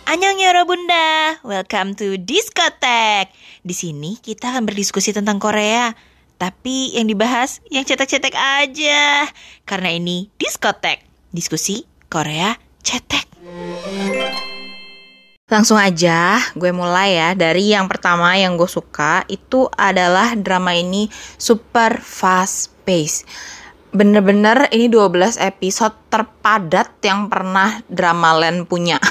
Annyeonghaseyo Bunda, welcome to Diskotek. Di sini kita akan berdiskusi tentang Korea, tapi yang dibahas yang cetek-cetek aja. Karena ini Diskotek, diskusi Korea cetek. Langsung aja gue mulai ya. Dari yang pertama yang gue suka itu adalah drama ini super fast pace. Bener-bener ini 12 episode terpadat yang pernah Drama Land punya.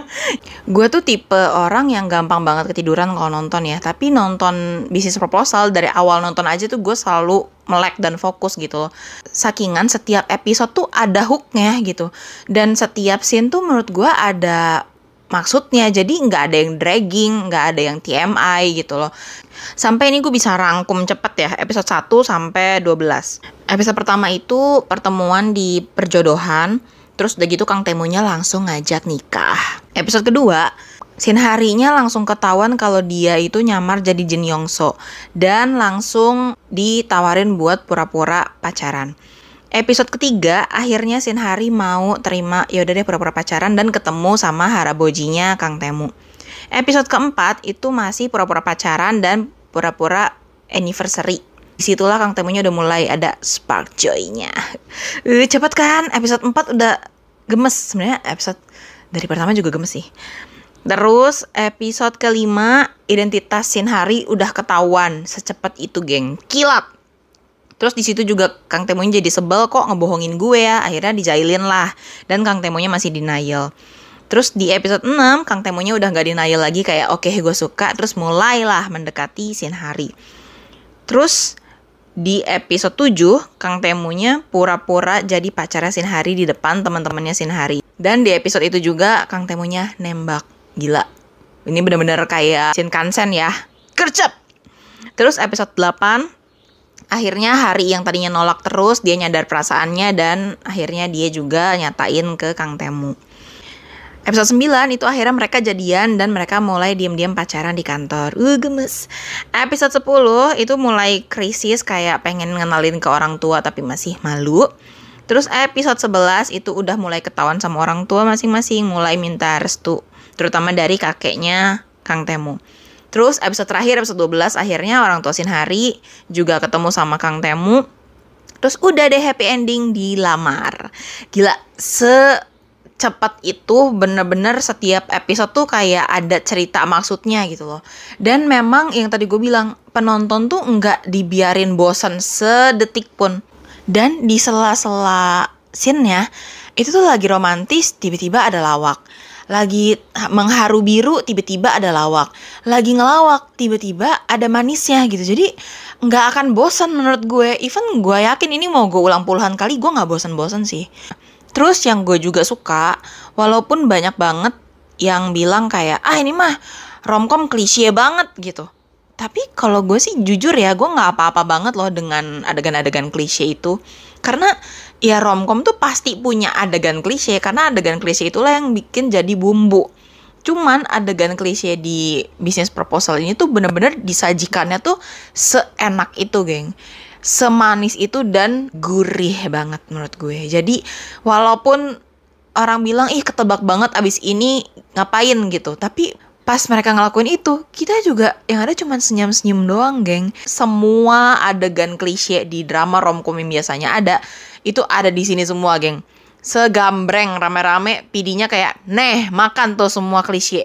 Gue tuh tipe orang yang gampang banget ketiduran kalau nonton ya. Tapi nonton Business Proposal dari awal nonton aja tuh gue selalu melek dan fokus gitu loh. Sakingan setiap episode tuh ada hooknya gitu. Dan setiap scene tuh menurut gue ada maksudnya, jadi nggak ada yang dragging, nggak ada yang TMI gitu loh. Sampai ini gue bisa rangkum cepet ya, episode 1 sampai 12. Episode pertama itu pertemuan di perjodohan, terus udah gitu Kang Tae-moonya langsung ngajak nikah. Episode kedua, Shin Hari-nya langsung ketahuan kalau dia itu nyamar jadi Jin Yong-so, dan langsung ditawarin buat pura-pura pacaran. Episode ketiga, akhirnya Shin Hari mau terima yaudah deh pura-pura pacaran dan ketemu sama harabojinya Kang Tae-moo. Episode keempat itu masih pura-pura pacaran dan pura-pura anniversary. Disitulah Kang Tae-moo-nya udah mulai ada spark joy-nya. Cepet kan, episode 4 udah gemes. Sebenarnya episode dari pertama juga gemes sih. Terus episode kelima, identitas Shin Hari udah ketahuan secepat itu geng. Kilat. Terus di situ juga Kang Tae-moo-nya jadi sebel, kok ngebohongin gue ya. Akhirnya dijailin lah. Dan Kang Tae-moo-nya masih denial. Terus di episode 6, Kang Tae-moo-nya udah gak denial lagi, kayak oke, gue suka. Terus mulailah mendekati Shin Hari. Terus di episode 7, Kang Tae-moo-nya pura-pura jadi pacarnya Shin Hari di depan teman-temannya Shin Hari. Dan di episode itu juga Kang Tae-moo-nya nembak. Gila. Ini bener-bener kayak Shinkansen ya. Kercep! Terus episode 8, akhirnya Hari yang tadinya nolak terus, dia nyadar perasaannya dan akhirnya dia juga nyatain ke Kang Tae-moo. Episode 9 itu akhirnya mereka jadian dan mereka mulai diam-diam pacaran di kantor. Gemes. Episode 10 itu mulai krisis, kayak pengen ngenalin ke orang tua tapi masih malu. Terus episode 11 itu udah mulai ketahuan sama orang tua masing-masing, mulai minta restu, terutama dari kakeknya Kang Tae-moo. Terus episode terakhir, episode 12, akhirnya orang tua Shin Hari juga ketemu sama Kang Tae-moo. Terus udah deh happy ending, dilamar. Gila, secepat itu, bener-bener setiap episode tuh kayak ada cerita maksudnya gitu loh. Dan memang yang tadi gue bilang, penonton tuh nggak dibiarin bosan sedetik pun. Dan di sela-sela scene-nya, itu tuh lagi romantis, tiba-tiba ada lawak. Lagi mengharu biru, tiba-tiba ada lawak. Lagi ngelawak, tiba-tiba ada manisnya gitu. Jadi nggak akan bosan menurut gue. Even gue yakin ini mau gue ulang puluhan kali, gue nggak bosan-bosan sih. Terus yang gue juga suka, walaupun banyak banget yang bilang kayak, ini mah romcom klise banget gitu. Tapi kalau gue sih jujur ya, gue nggak apa-apa banget loh dengan adegan-adegan klise itu. Karena ya romcom tuh pasti punya adegan klise, karena adegan klise itulah yang bikin jadi bumbu. Cuman adegan klise di Business Proposal ini tuh bener-bener disajikannya tuh seenak itu geng. Semanis itu dan gurih banget menurut gue. Jadi walaupun orang bilang, ketebak banget abis ini ngapain gitu, tapi pas mereka ngelakuin itu, kita juga yang ada cuma senyum-senyum doang, geng. Semua adegan klise di drama romcom yang biasanya ada, itu ada di sini semua, geng. Segambreng, rame-rame, PD-nya kayak, makan tuh semua klise.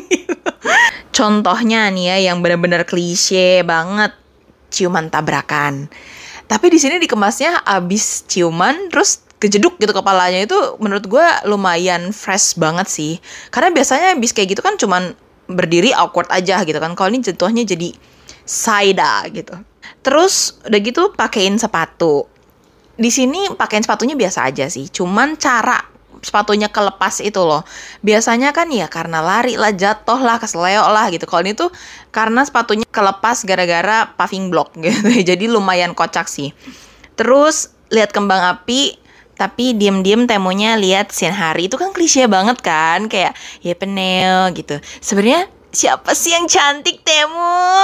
Contohnya nih ya, yang benar-benar klise banget, ciuman tabrakan. Tapi di sini dikemasnya abis ciuman, terus kejeduk gitu kepalanya, itu menurut gue lumayan fresh banget sih. Karena biasanya abis kayak gitu kan cuman berdiri awkward aja gitu kan. Kalau ini jatuhnya jadi saida gitu. Terus udah gitu pakein sepatu. Di sini pakein sepatunya biasa aja sih. Cuman cara sepatunya kelepas itu loh. Biasanya kan ya karena lari lah, jatuh lah, kesleo lah gitu. Kalau ini tuh karena sepatunya kelepas gara-gara paving block gitu. Jadi lumayan kocak sih. Terus lihat kembang api, tapi diem-diem Tae-moo-nya lihat Shin Hari. Itu kan klise banget kan, kayak ya penel gitu. Sebenarnya siapa sih yang cantik, Tae-moo?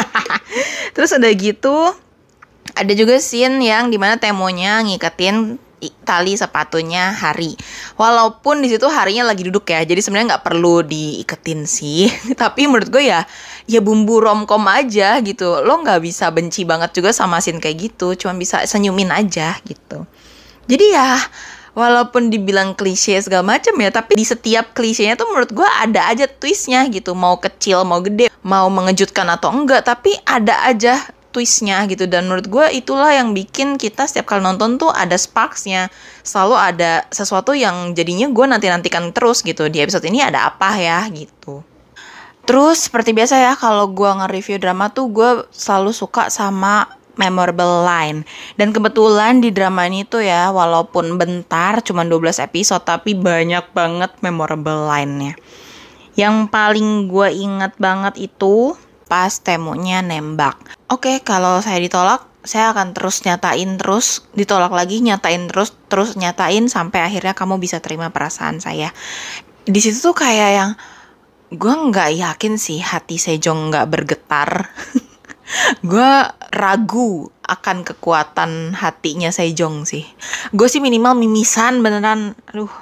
Terus udah gitu ada juga scene yang dimana Tae-moo-nya ngiketin tali sepatunya Hari. Walaupun di situ Harinya lagi duduk ya, jadi sebenarnya nggak perlu diiketin sih. Tapi menurut gue ya bumbu romcom aja gitu. Lo nggak bisa benci banget juga sama scene kayak gitu, cuma bisa senyumin aja gitu. Jadi ya walaupun dibilang klise segala macam ya, tapi di setiap klisenya tuh menurut gue ada aja twistnya gitu. Mau kecil, mau gede, mau mengejutkan atau enggak, tapi ada aja twistnya gitu. Dan menurut gue itulah yang bikin kita setiap kali nonton tuh ada sparksnya. Selalu ada sesuatu yang jadinya gue nanti-nantikan terus gitu. Di episode ini ada apa ya gitu. Terus seperti biasa ya, kalau gue nge-review drama tuh gue selalu suka sama memorable line. Dan kebetulan di drama ini tuh ya, walaupun bentar cuma 12 episode, tapi banyak banget memorable line-nya. Yang paling gue inget banget itu pas Temunya nembak. Oke, kalau saya ditolak, saya akan terus nyatain terus, ditolak lagi, nyatain terus nyatain sampai akhirnya kamu bisa terima perasaan saya. Di situ tuh kayak yang gue nggak yakin sih hati Sejong nggak bergetar. Gue ragu akan kekuatan hatinya Sejong sih. Gue sih minimal mimisan beneran. Aduh.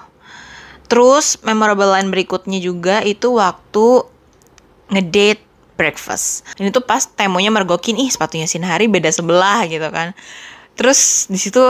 Terus memorable line berikutnya juga itu waktu ngedate breakfast. Ini tuh pas Temunya mergokin, sepatunya Shinhari beda sebelah gitu kan. Terus di situ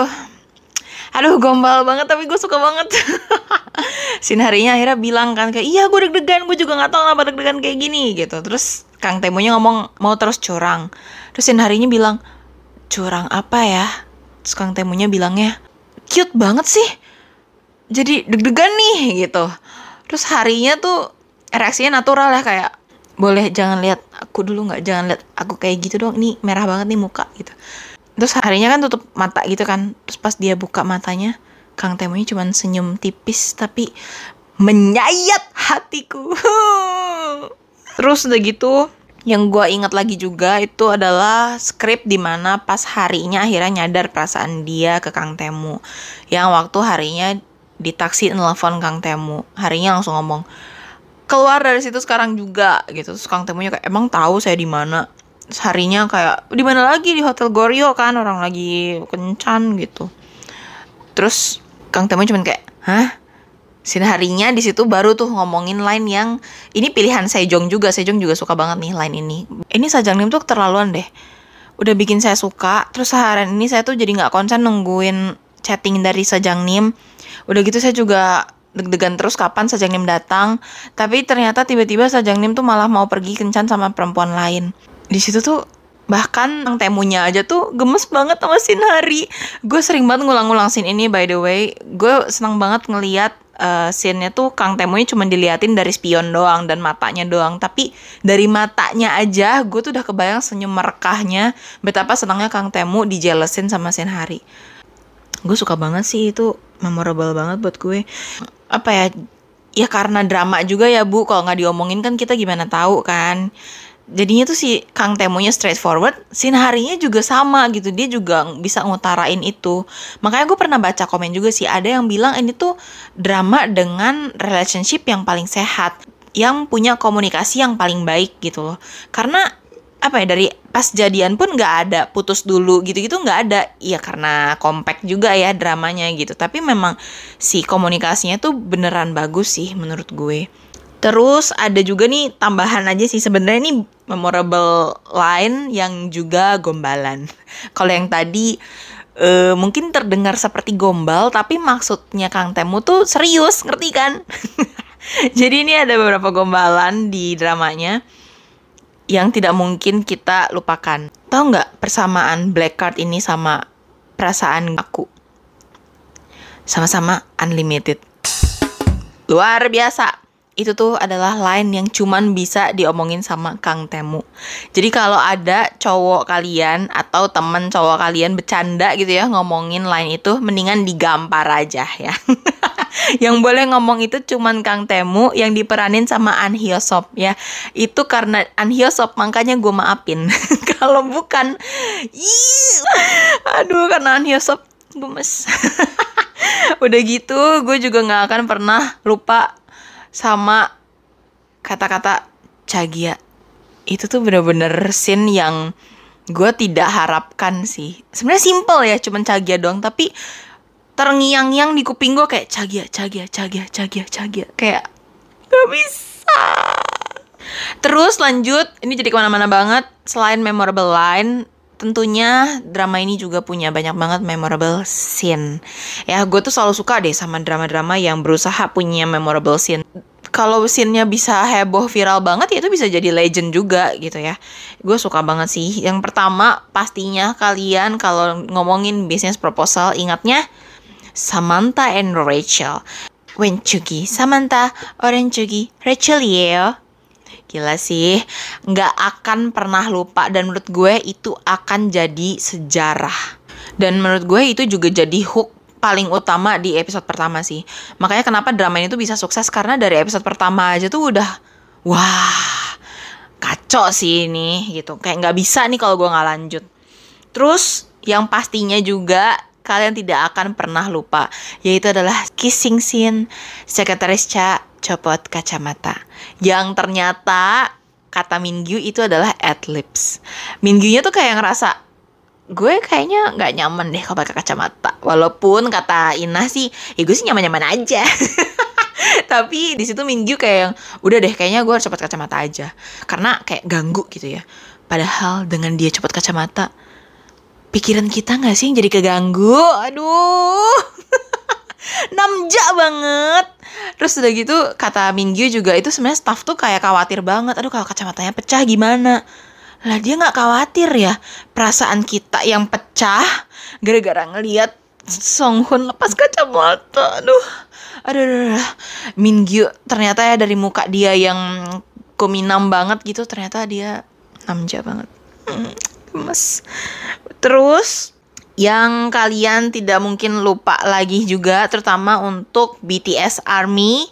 aduh gombal banget, tapi gue suka banget. Shinharinya akhirnya bilang kan kayak, iya gue deg-degan, gue juga gak tahu kenapa deg-degan kayak gini gitu. Terus Kang Temunya ngomong mau terus curang. Terus Shinharinya bilang, curang apa ya? Terus Kang Temunya bilangnya, cute banget sih, jadi deg-degan nih gitu. Terus Harinya tuh reaksinya natural ya, kayak, boleh jangan lihat aku dulu gak? Jangan lihat aku kayak gitu dong, nih merah banget nih muka gitu. Terus Harinya kan tutup mata gitu kan. Terus pas dia buka matanya, Kang Temunya cuma senyum tipis tapi menyayat hatiku. Terus udah gitu, yang gue ingat lagi juga itu adalah skrip dimana pas Harinya akhirnya nyadar perasaan dia ke Kang Temu. Yang waktu Harinya di taksi nelfon Kang Temu, Harinya langsung ngomong, keluar dari situ sekarang juga gitu. Terus Kang Temunya kayak, emang tahu saya di mana? Terus Harinya kayak, di mana lagi? Di Hotel Goryeo kan, orang lagi kencan gitu. Terus Kang Temunya cuman kayak, hah? Harinya di situ baru tuh ngomongin line yang ini pilihan Sejong juga suka banget nih line ini. Ini Sajangnim tuh keterlaluan deh. Udah bikin saya suka, terus seharian ini saya tuh jadi nggak konsen nungguin chatting dari Sajangnim. Udah gitu saya juga deg-degan terus kapan Sajangnim datang. Tapi ternyata tiba-tiba Sajangnim tuh malah mau pergi kencan sama perempuan lain. Di situ tuh bahkan Kang Temunya aja tuh gemes banget sama Shinhari. Gue sering banget ngulang-ngulang scene ini, by the way. Gue senang banget ngeliat scene-nya tuh Kang Temunya cuma diliatin dari spion doang dan matanya doang. Tapi dari matanya aja gue tuh udah kebayang senyum merekahnya, betapa senangnya Kang Temu dijelesin sama Shinhari. Gue suka banget sih, itu memorable banget buat gue. Apa ya, ya karena drama juga ya Bu, kalau nggak diomongin kan kita gimana tahu kan. Jadinya tuh si Kang Temunya straightforward, Shinharinya juga sama gitu, dia juga bisa ngutarain itu. Makanya gue pernah baca komen juga sih, ada yang bilang ini tuh drama dengan relationship yang paling sehat, yang punya komunikasi yang paling baik gitu loh. Karena apa ya, dari pas jadian pun nggak ada putus dulu gitu-gitu, nggak ada. Iya karena compact juga ya dramanya gitu, tapi memang si komunikasinya tuh beneran bagus sih menurut gue. Terus ada juga nih tambahan aja sih, sebenarnya ini memorable line yang juga gombalan. Kalau yang tadi mungkin terdengar seperti gombal, tapi maksudnya Kang Temu tuh serius, ngerti kan? Jadi ini ada beberapa gombalan di dramanya yang tidak mungkin kita lupakan. Tahu nggak persamaan Black Card ini sama perasaan aku? Sama-sama unlimited. Luar biasa. Itu tuh adalah line yang cuman bisa diomongin sama Kang Temu. Jadi kalau ada cowok kalian atau temen cowok kalian bercanda gitu ya ngomongin line itu, mendingan digampar aja ya. Yang boleh ngomong itu cuman Kang Temu yang diperanin sama An Hyo Sop ya. Itu karena An Hyo Sop makanya gue maafin. Kalau bukan, aduh, karena An Hyo Sop gemes. Udah gitu gue juga gak akan pernah lupa sama kata-kata Chagia. Itu tuh bener-bener scene yang gue tidak harapkan sih. Sebenarnya simple ya, cuman Chagia doang, tapi terngiang-ngiang di kuping gue kayak Cagia. Kayak gak bisa. Terus lanjut, ini jadi kemana-mana banget. Selain memorable line, tentunya drama ini juga punya banyak banget memorable scene. Ya, gue tuh selalu suka deh sama drama-drama yang berusaha punya memorable scene. Kalau scene-nya bisa heboh viral banget, ya itu bisa jadi legend juga gitu ya. Gue suka banget sih. Yang pertama, pastinya kalian kalau ngomongin business proposal, ingatnya Samantha and Rachel. Wenchugi, Samantha, Orenchugi, Rachel Yeo. Gila sih, nggak akan pernah lupa, dan menurut gue itu akan jadi sejarah. Dan menurut gue itu juga jadi hook paling utama di episode pertama sih. Makanya kenapa drama ini tuh bisa sukses, karena dari episode pertama aja tuh udah wah, kacau sih ini gitu. Kayak nggak bisa nih kalau gue nggak lanjut. Terus yang pastinya juga kalian tidak akan pernah lupa, yaitu adalah kissing scene Sekretaris Cha copot kacamata. Yang ternyata kata Mingyu itu adalah ad-libs. Mingyunya tuh kayak ngerasa, gue kayaknya nggak nyaman deh kalau pakai kacamata. Walaupun kata Ina sih, ya gue sih nyaman-nyaman aja. Tapi di situ Mingyu kayak yang, udah deh kayaknya gue harus copot kacamata aja. Karena kayak ganggu gitu ya. Padahal dengan dia copot kacamata, pikiran kita nggak sih yang jadi keganggu? Aduh. Namja banget. Terus udah gitu kata Mingyu juga itu sebenarnya staff tuh kayak khawatir banget. Aduh kalau kacamatanya pecah gimana? Lah dia gak khawatir ya perasaan kita yang pecah gara-gara ngeliat Songhun lepas kacamata. Aduh. Mingyu ternyata ya dari muka dia yang kuminam banget gitu, ternyata dia namja banget. Gemes. Terus yang kalian tidak mungkin lupa lagi juga, terutama untuk BTS ARMY,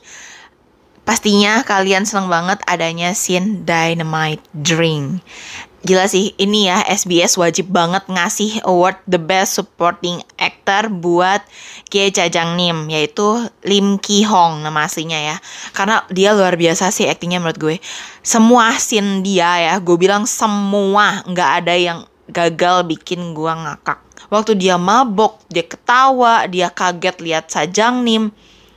pastinya kalian seneng banget adanya scene Dynamite Drink. Gila sih, ini ya SBS wajib banget ngasih award The Best Supporting Actor buat Kye Jajangnim, yaitu Lim Ki Hong nama aslinya ya. Karena dia luar biasa sih aktingnya menurut gue. Semua scene dia ya, gue bilang semua, nggak ada yang gagal bikin gue ngakak. Waktu dia mabok, dia ketawa, dia kaget lihat Sajangnim,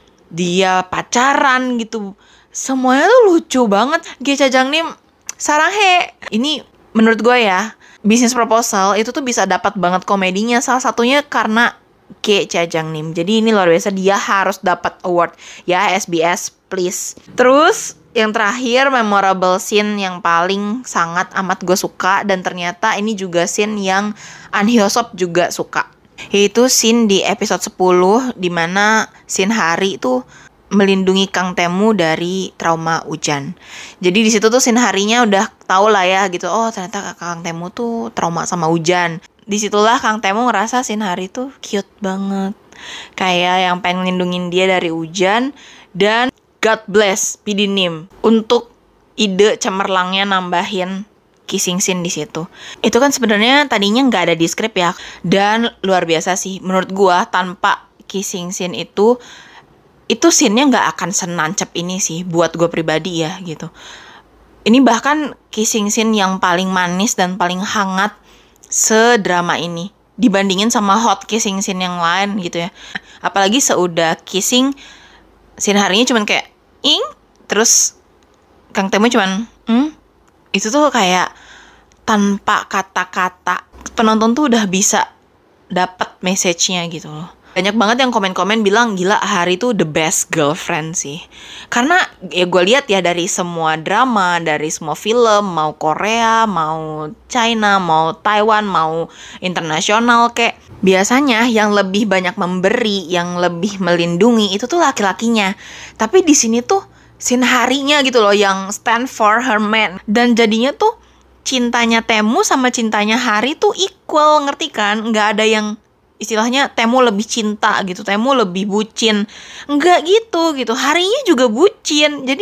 dia pacaran gitu. Semuanya tuh lucu banget. Kye Jajangnim, saranghe. Ini menurut gue ya, business proposal itu tuh bisa dapat banget komedinya. Salah satunya karena Kye Jajangnim. Jadi ini luar biasa, dia harus dapat award. Ya SBS please. Terus yang terakhir, memorable scene yang paling sangat amat gue suka, dan ternyata ini juga scene yang An Hyo-sop juga suka, yaitu scene di episode 10 dimana scene Hari itu melindungi Kang Tae-moo dari trauma hujan. Jadi di situ tuh scene Harinya udah tau lah ya gitu, oh ternyata Kang Tae-moo tuh trauma sama hujan. Disitulah Kang Tae-moo ngerasa scene Hari tuh cute banget, kayak yang pengen ngelindungin dia dari hujan. Dan God bless PD Nim untuk ide cemerlangnya nambahin kissing scene di situ. Itu kan sebenarnya tadinya nggak ada di skrip ya, dan luar biasa sih menurut gua. Tanpa kissing scene itu scene-nya nggak akan senancep ini sih buat gua pribadi ya gitu. Ini bahkan kissing scene yang paling manis dan paling hangat sedrama ini dibandingin sama hot kissing scene yang lain gitu ya. Apalagi seudah kissing, scene Harinya cuman kayak ing, terus Kang Tae-moo cuman itu tuh kayak tanpa kata-kata penonton tuh udah bisa dapat message-nya gitu loh. Banyak banget yang komen-komen bilang gila Hari tuh the best girlfriend sih. Karena ya gue lihat ya dari semua drama, dari semua film, mau Korea, mau China, mau Taiwan, mau internasional, kayak biasanya yang lebih banyak memberi, yang lebih melindungi itu tuh laki-lakinya. Tapi di sini tuh scene Harinya gitu loh yang stand for her man. Dan jadinya tuh cintanya Tae-moo sama cintanya Hari tuh equal, ngerti kan? Nggak ada yang istilahnya Tae-moo lebih cinta gitu, Tae-moo lebih bucin. Enggak gitu. Harinya juga bucin. Jadi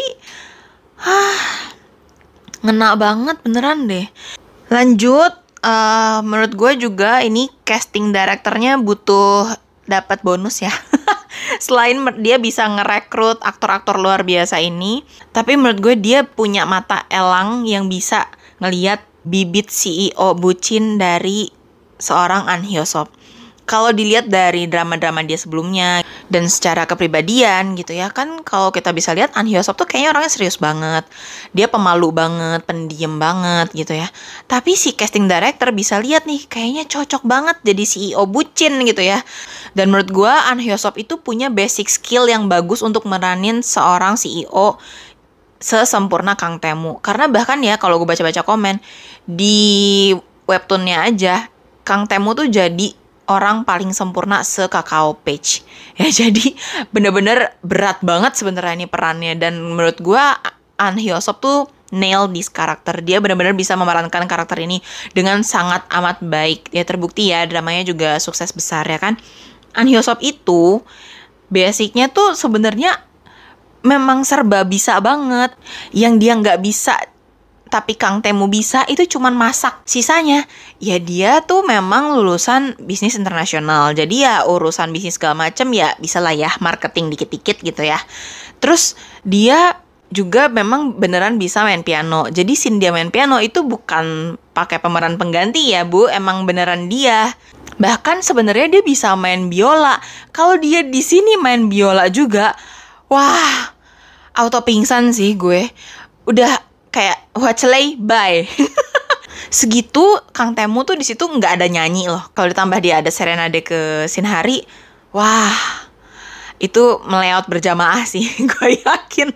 ngena banget beneran deh. Lanjut, menurut gue juga ini casting directornya butuh dapat bonus ya. Selain dia bisa ngerekrut aktor-aktor luar biasa ini, tapi menurut gue dia punya mata elang yang bisa ngelihat bibit CEO bucin dari seorang An Hyo-sop. Kalau dilihat dari drama-drama dia sebelumnya dan secara kepribadian gitu ya, kan kalau kita bisa lihat An Hyo Sop tuh kayaknya orangnya serius banget. Dia pemalu banget, pendiam banget gitu ya. Tapi si casting director bisa lihat nih, kayaknya cocok banget jadi CEO bucin gitu ya. Dan menurut gue An Hyo Sop itu punya basic skill yang bagus untuk meranin seorang CEO sesempurna Kang Tae-moo. Karena bahkan ya kalau gue baca-baca komen di webtoonnya aja, Kang Tae-moo tuh jadi orang paling sempurna se-Kakao Page. Ya jadi bener-bener berat banget sebenarnya ini perannya. Dan menurut gue An Hyo Sop tuh nail this karakter. Dia benar-benar bisa memerankan karakter ini dengan sangat amat baik. Ya terbukti ya dramanya juga sukses besar ya kan. An Hyo Sop itu basicnya tuh sebenarnya memang serba bisa banget. Yang dia nggak bisa tapi Kang Tae-moo bisa itu cuman masak. Sisanya ya dia tuh memang lulusan bisnis internasional. Jadi ya urusan bisnis segala macem ya bisa lah ya, marketing dikit-dikit gitu ya. Terus dia juga memang beneran bisa main piano. Jadi scene dia main piano itu bukan pakai pemeran pengganti ya Bu, emang beneran dia. Bahkan sebenarnya dia bisa main biola. Kalau dia di sini main biola juga, wah, auto pingsan sih gue. Udah kayak Waclay bye. Segitu Kang Tae-moo tuh di situ nggak ada nyanyi loh. Kalau ditambah dia ada serenade ke Shinhari, wah, itu meleot berjamaah sih, gue yakin.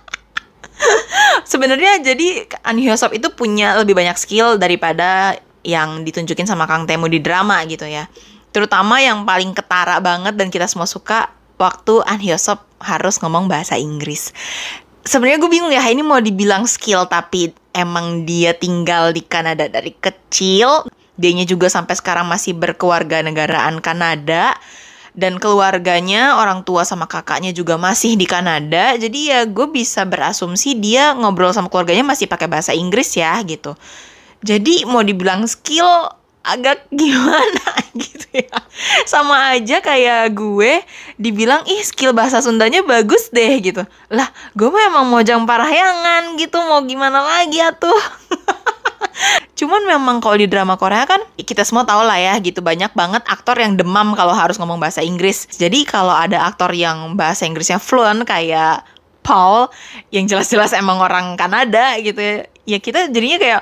Sebenarnya jadi An Hyo Sop itu punya lebih banyak skill daripada yang ditunjukin sama Kang Tae-moo di drama gitu ya. Terutama yang paling ketara banget dan kita semua suka waktu An Hyo Sop harus ngomong bahasa Inggris. Sebenarnya gue bingung ya, ini mau dibilang skill tapi emang dia tinggal di Kanada dari kecil. Dianya juga sampai sekarang masih berkewarganegaraan Kanada. Dan keluarganya, orang tua sama kakaknya juga masih di Kanada. Jadi ya gue bisa berasumsi dia ngobrol sama keluarganya masih pakai bahasa Inggris ya gitu. Jadi mau dibilang skill agak gimana gitu ya. Sama aja kayak gue dibilang skill bahasa Sundanya bagus deh gitu. Lah gue mah emang mojang parahyangan gitu, mau gimana lagi atuh. Cuman memang kalau di drama Korea kan kita semua tahu lah ya gitu, banyak banget aktor yang demam kalau harus ngomong bahasa Inggris. Jadi kalau ada aktor yang bahasa Inggrisnya fluent kayak Paul yang jelas-jelas emang orang Kanada gitu ya kita jadinya kayak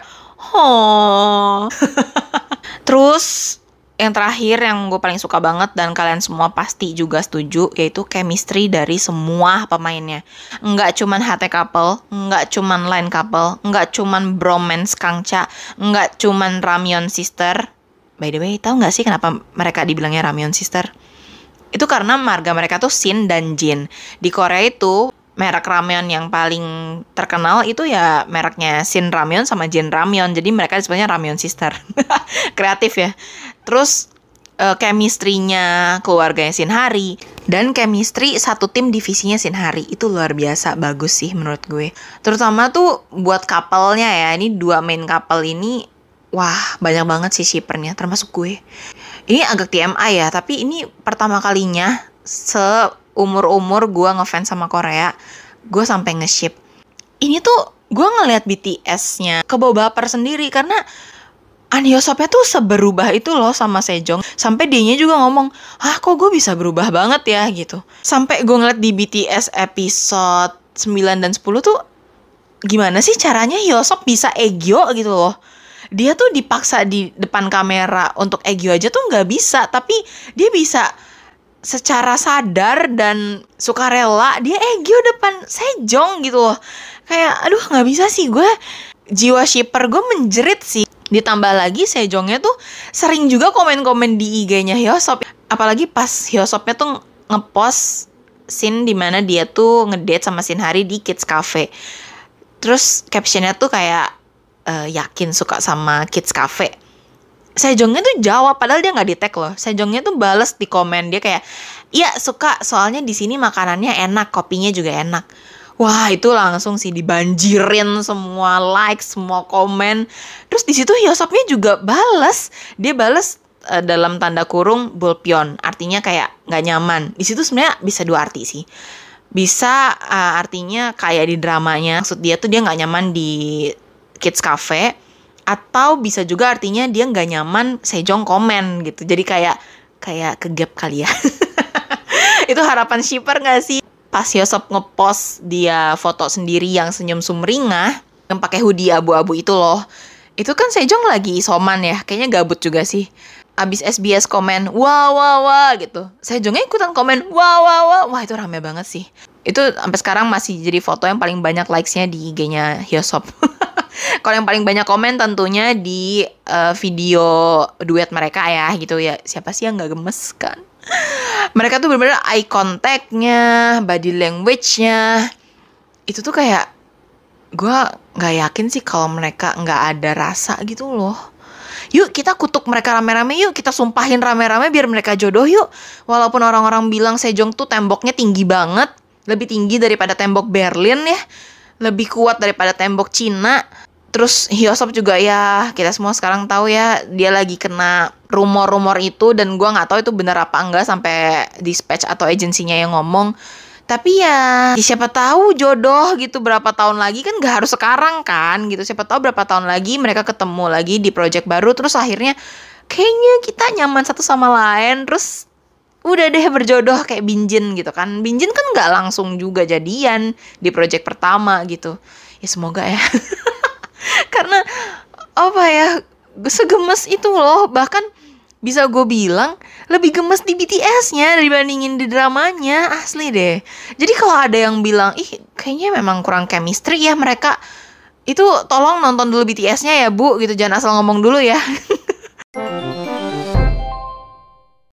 Terus yang terakhir yang gue paling suka banget dan kalian semua pasti juga setuju, yaitu chemistry dari semua pemainnya. Nggak cuman HT couple, nggak cuman line couple, nggak cuman bromance Kangcha, nggak cuman Ramyeon sister. By the way, tahu nggak sih kenapa mereka dibilangnya Ramyeon sister? Itu karena marga mereka tuh Shin dan Jin. Di Korea itu merek ramen yang paling terkenal itu ya mereknya Shin Ramyeon sama Jin Ramyeon. Jadi mereka disebutnya Ramyeon sister. Kreatif ya. Terus chemistry-nya keluarganya Shinhari dan chemistry satu tim divisinya Shinhari itu luar biasa bagus sih menurut gue. Terutama tuh buat couple-nya ya. Ini dua main couple ini wah, banyak banget sih shippernya termasuk gue. Ini agak TMI ya, tapi ini pertama kalinya seumur-umur gue ngefans sama Korea, gue sampai nge-ship. Ini tuh gue ngeliat BTS-nya kebawa baper sendiri karena An Hyo Sopnya tuh seberubah itu loh sama Sejong. Sampai dianya juga ngomong, kok gue bisa berubah banget ya gitu. Sampai gue ngeliat di BTS episode 9 dan 10 tuh gimana sih caranya Hyo Sop bisa egyo gitu loh. Dia tuh dipaksa di depan kamera untuk egyo aja tuh gak bisa. Tapi dia bisa secara sadar dan sukarela dia egyo depan Sejong gitu loh. Kayak aduh gak bisa sih, gue jiwa shipper gue menjerit sih. Ditambah lagi Sejongnya tuh sering juga komen-komen di IG-nya Hyo Sop. Apalagi pas Hyo Sopnya tuh ngepost scene dimana dia tuh ngedate sama Shinhari di Kids Cafe. Terus captionnya tuh kayak yakin suka sama Kids Cafe. Sejongnya tuh jawab padahal dia nggak di tag loh. Sejongnya tuh bales di komen, dia kayak iya suka soalnya di sini makanannya enak, kopinya juga enak. Wah itu langsung sih dibanjirin semua like, semua komen. Terus di situ Hyo Sopnya juga bales. Dia bales dalam tanda kurung bulpyeon, artinya kayak nggak nyaman. Di situ sebenarnya bisa dua arti sih. Bisa artinya kayak di dramanya, maksud dia tuh dia nggak nyaman di Kids Cafe. Atau bisa juga artinya dia nggak nyaman Sejong komen gitu. Jadi kayak kayak ke gap kali ya. Itu harapan shipper gak sih? Pas Hyosop ngepost dia foto sendiri yang senyum sumringah, yang pakai hoodie abu-abu itu loh. Itu kan Sejong lagi isoman ya, kayaknya gabut juga sih. Abis SBS komen, wah wah wah gitu. Sejongnya ikutan komen, wah wah wah. Wah itu rame banget sih. Itu sampai sekarang masih jadi foto yang paling banyak likes-nya di IG-nya Hyosop. Kalau yang paling banyak komen tentunya di video duet mereka ya gitu ya. Siapa sih yang gak gemes kan? Mereka tuh bener-bener eye contact-nya, body language-nya. Itu tuh kayak, gue gak yakin sih kalau mereka gak ada rasa gitu loh. Yuk kita kutuk mereka rame-rame, yuk kita sumpahin rame-rame biar mereka jodoh yuk. Walaupun orang-orang bilang Sejong tuh temboknya tinggi banget, lebih tinggi daripada tembok Berlin ya, lebih kuat daripada tembok Cina. Terus Hyosop juga ya, kita semua sekarang tahu ya, dia lagi kena rumor-rumor itu, dan gue nggak tahu itu benar apa enggak sampai dispatch atau agensinya yang ngomong. Tapi ya siapa tahu jodoh gitu berapa tahun lagi, kan nggak harus sekarang kan gitu. Siapa tahu berapa tahun lagi mereka ketemu lagi di project baru, terus akhirnya kayaknya kita nyaman satu sama lain, terus udah deh berjodoh kayak Binjin gitu kan. Binjin kan nggak langsung juga jadian di project pertama gitu. Ya semoga ya. Karena apa ya, segemes itu loh. Bahkan bisa gue bilang lebih gemes di BTS-nya dibandingin di dramanya. Asli deh. Jadi kalau ada yang bilang, ih kayaknya memang kurang chemistry ya mereka, itu tolong nonton dulu BTS-nya ya bu gitu. Jangan asal ngomong dulu ya.